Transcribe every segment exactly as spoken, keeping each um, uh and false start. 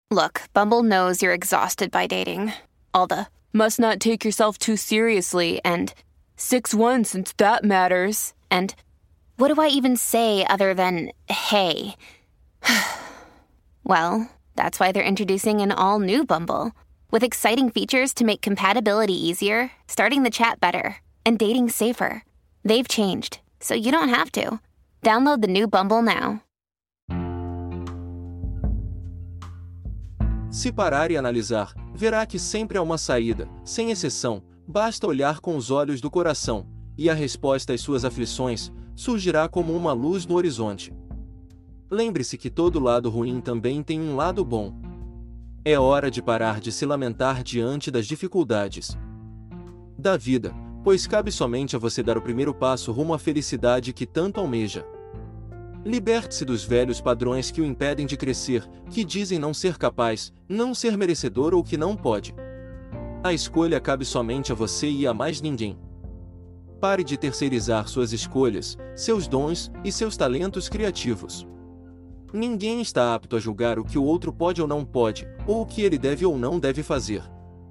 Look, Bumble knows you're exhausted by dating. All the, must not take yourself too seriously, and six one since that matters, and what do I even say other than, hey? Well, that's why they're introducing an all-new Bumble, with exciting features to make compatibility easier, starting the chat better, and dating safer. They've changed, so you don't have to. Download the new Bumble now. Se parar e analisar, verá que sempre há uma saída, sem exceção, basta olhar com os olhos do coração, e a resposta às suas aflições surgirá como uma luz no horizonte. Lembre-se que todo lado ruim também tem um lado bom. É hora de parar de se lamentar diante das dificuldades da vida, pois cabe somente a você dar o primeiro passo rumo à felicidade que tanto almeja. Liberte-se dos velhos padrões que o impedem de crescer, que dizem não ser capaz, não ser merecedor ou que não pode. A escolha cabe somente a você e a mais ninguém. Pare de terceirizar suas escolhas, seus dons e seus talentos criativos. Ninguém está apto a julgar o que o outro pode ou não pode, ou o que ele deve ou não deve fazer.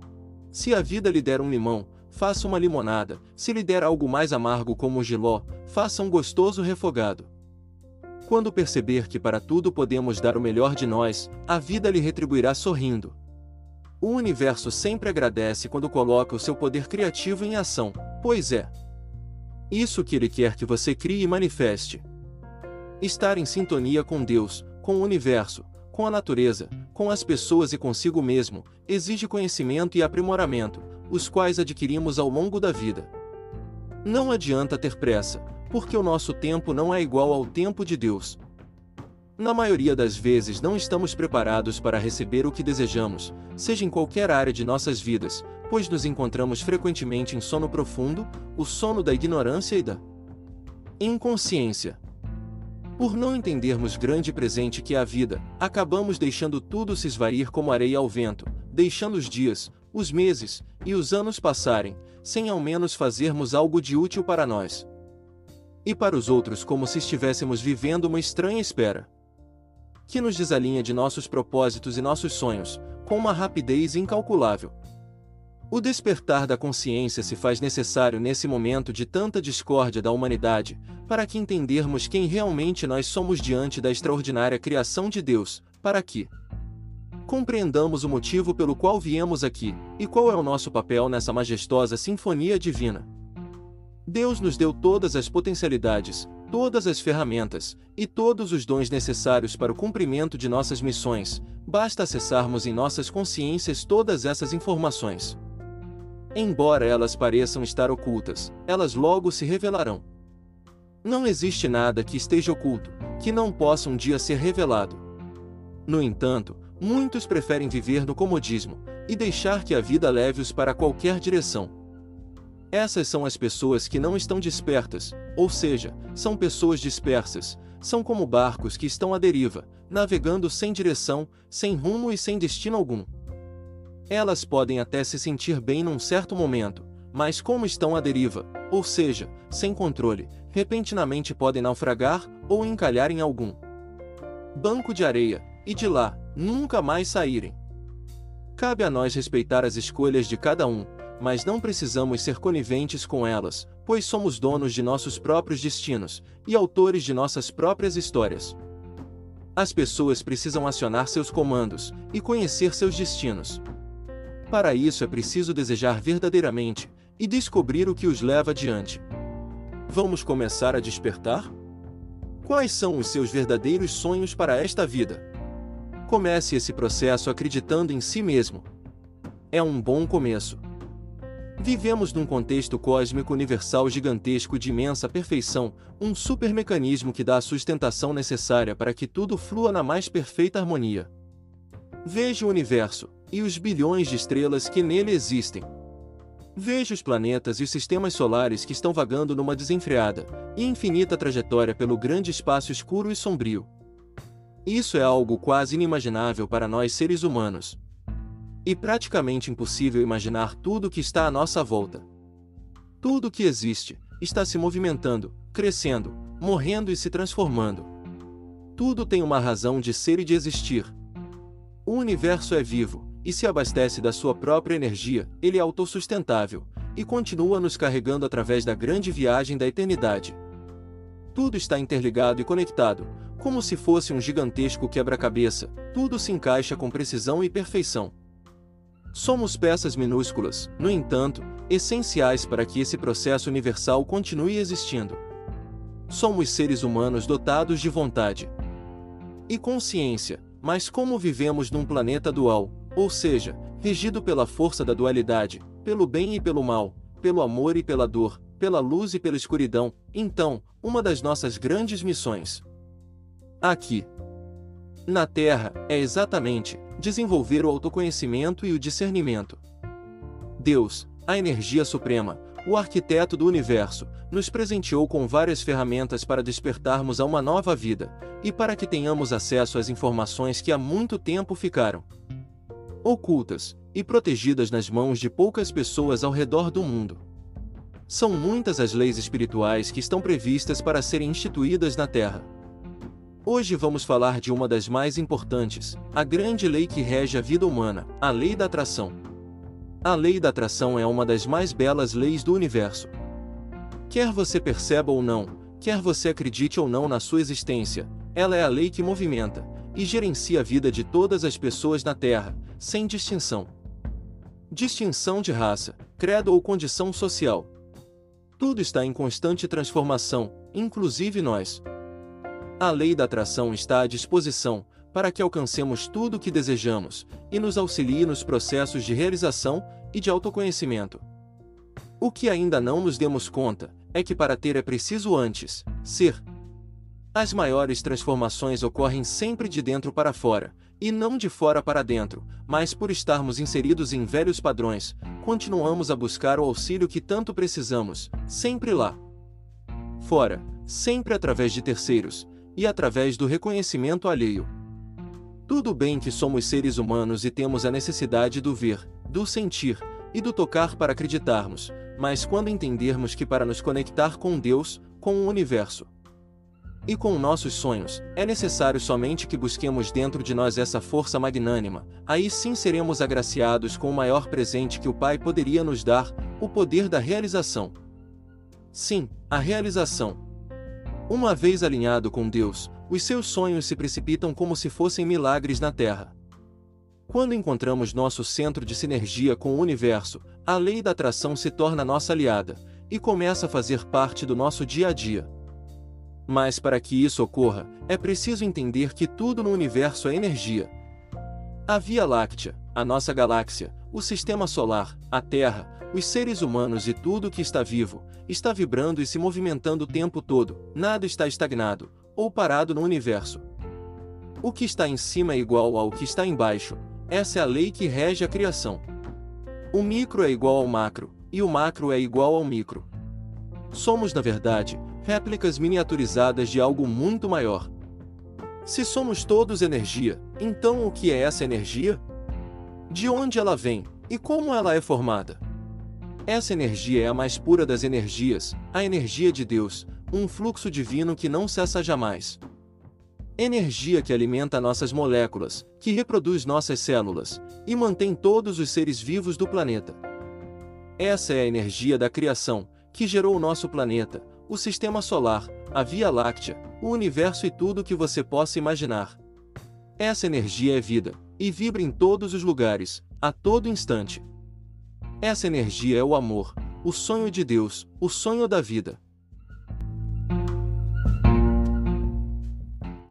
Se a vida lhe der um limão, faça uma limonada, se lhe der algo mais amargo como o jiló, faça um gostoso refogado. Quando perceber que para tudo podemos dar o melhor de nós, a vida lhe retribuirá sorrindo. O universo sempre agradece quando coloca o seu poder criativo em ação, pois é isso que ele quer que você crie e manifeste. Estar em sintonia com Deus, com o universo, com a natureza, com as pessoas e consigo mesmo, exige conhecimento e aprimoramento, os quais adquirimos ao longo da vida. Não adianta ter pressa, porque o nosso tempo não é igual ao tempo de Deus. Na maioria das vezes não estamos preparados para receber o que desejamos, seja em qualquer área de nossas vidas, pois nos encontramos frequentemente em sono profundo, o sono da ignorância e da inconsciência. Por não entendermos grande presente que é a vida, acabamos deixando tudo se esvair como areia ao vento, deixando os dias, os meses e os anos passarem, sem ao menos fazermos algo de útil para nós. E para os outros como se estivéssemos vivendo uma estranha espera, que nos desalinha de nossos propósitos e nossos sonhos, com uma rapidez incalculável. O despertar da consciência se faz necessário nesse momento de tanta discórdia da humanidade, para que entendermos quem realmente nós somos diante da extraordinária criação de Deus, para que compreendamos o motivo pelo qual viemos aqui, e qual é o nosso papel nessa majestosa sinfonia divina. Deus nos deu todas as potencialidades, todas as ferramentas, e todos os dons necessários para o cumprimento de nossas missões, basta acessarmos em nossas consciências todas essas informações. Embora elas pareçam estar ocultas, elas logo se revelarão. Não existe nada que esteja oculto, que não possa um dia ser revelado. No entanto, muitos preferem viver no comodismo, e deixar que a vida leve-os para qualquer direção. Essas são as pessoas que não estão despertas, ou seja, são pessoas dispersas, são como barcos que estão à deriva, navegando sem direção, sem rumo e sem destino algum. Elas podem até se sentir bem num certo momento, mas como estão à deriva, ou seja, sem controle, repentinamente podem naufragar ou encalhar em algum banco de areia, e de lá, nunca mais saírem. Cabe a nós respeitar as escolhas de cada um, mas não precisamos ser coniventes com elas, pois somos donos de nossos próprios destinos, e autores de nossas próprias histórias. As pessoas precisam acionar seus comandos, e conhecer seus destinos. Para isso é preciso desejar verdadeiramente, e descobrir o que os leva adiante. Vamos começar a despertar? Quais são os seus verdadeiros sonhos para esta vida? Comece esse processo acreditando em si mesmo. É um bom começo. Vivemos num contexto cósmico universal gigantesco de imensa perfeição, um supermecanismo que dá a sustentação necessária para que tudo flua na mais perfeita harmonia. Veja o universo, e os bilhões de estrelas que nele existem. Veja os planetas e os sistemas solares que estão vagando numa desenfreada e infinita trajetória pelo grande espaço escuro e sombrio. Isso é algo quase inimaginável para nós seres humanos. E praticamente impossível imaginar tudo o que está à nossa volta. Tudo o que existe, está se movimentando, crescendo, morrendo e se transformando. Tudo tem uma razão de ser e de existir. O universo é vivo, e se abastece da sua própria energia, ele é autossustentável, e continua nos carregando através da grande viagem da eternidade. Tudo está interligado e conectado, como se fosse um gigantesco quebra-cabeça, tudo se encaixa com precisão e perfeição. Somos peças minúsculas, no entanto, essenciais para que esse processo universal continue existindo. Somos seres humanos dotados de vontade e consciência, mas como vivemos num planeta dual, ou seja, regido pela força da dualidade, pelo bem e pelo mal, pelo amor e pela dor, pela luz e pela escuridão, então, uma das nossas grandes missões aqui na Terra é exatamente desenvolver o autoconhecimento e o discernimento. Deus, a energia suprema, o arquiteto do universo, nos presenteou com várias ferramentas para despertarmos a uma nova vida, e para que tenhamos acesso às informações que há muito tempo ficaram ocultas e protegidas nas mãos de poucas pessoas ao redor do mundo. São muitas as leis espirituais que estão previstas para serem instituídas na Terra. Hoje vamos falar de uma das mais importantes, a grande lei que rege a vida humana, a lei da atração. A lei da atração é uma das mais belas leis do universo. Quer você perceba ou não, quer você acredite ou não na sua existência, ela é a lei que movimenta e gerencia a vida de todas as pessoas na Terra, sem distinção. Distinção de raça, credo ou condição social. Tudo está em constante transformação, inclusive nós. A lei da atração está à disposição, para que alcancemos tudo o que desejamos, e nos auxilie nos processos de realização e de autoconhecimento. O que ainda não nos demos conta, é que para ter é preciso antes ser. As maiores transformações ocorrem sempre de dentro para fora, e não de fora para dentro, mas por estarmos inseridos em velhos padrões, continuamos a buscar o auxílio que tanto precisamos, sempre lá fora, sempre através de terceiros, e através do reconhecimento alheio. Tudo bem que somos seres humanos e temos a necessidade do ver, do sentir e do tocar para acreditarmos, mas quando entendermos que para nos conectar com Deus, com o universo e com nossos sonhos, é necessário somente que busquemos dentro de nós essa força magnânima, aí sim seremos agraciados com o maior presente que o Pai poderia nos dar, o poder da realização. Sim, a realização. Uma vez alinhado com Deus, os seus sonhos se precipitam como se fossem milagres na Terra. Quando encontramos nosso centro de sinergia com o universo, a lei da atração se torna nossa aliada, e começa a fazer parte do nosso dia a dia. Mas para que isso ocorra, é preciso entender que tudo no universo é energia. A Via Láctea, a nossa galáxia, o Sistema Solar, a Terra, os seres humanos e tudo que está vivo, está vibrando e se movimentando o tempo todo, nada está estagnado ou parado no universo. O que está em cima é igual ao que está embaixo, essa é a lei que rege a criação. O micro é igual ao macro, e o macro é igual ao micro. Somos, na verdade, réplicas miniaturizadas de algo muito maior. Se somos todos energia, então o que é essa energia? De onde ela vem, e como ela é formada? Essa energia é a mais pura das energias, a energia de Deus, um fluxo divino que não cessa jamais. Energia que alimenta nossas moléculas, que reproduz nossas células, e mantém todos os seres vivos do planeta. Essa é a energia da criação, que gerou o nosso planeta, o Sistema Solar, a Via Láctea, o universo e tudo o que você possa imaginar. Essa energia é vida, e vibra em todos os lugares, a todo instante. Essa energia é o amor, o sonho de Deus, o sonho da vida.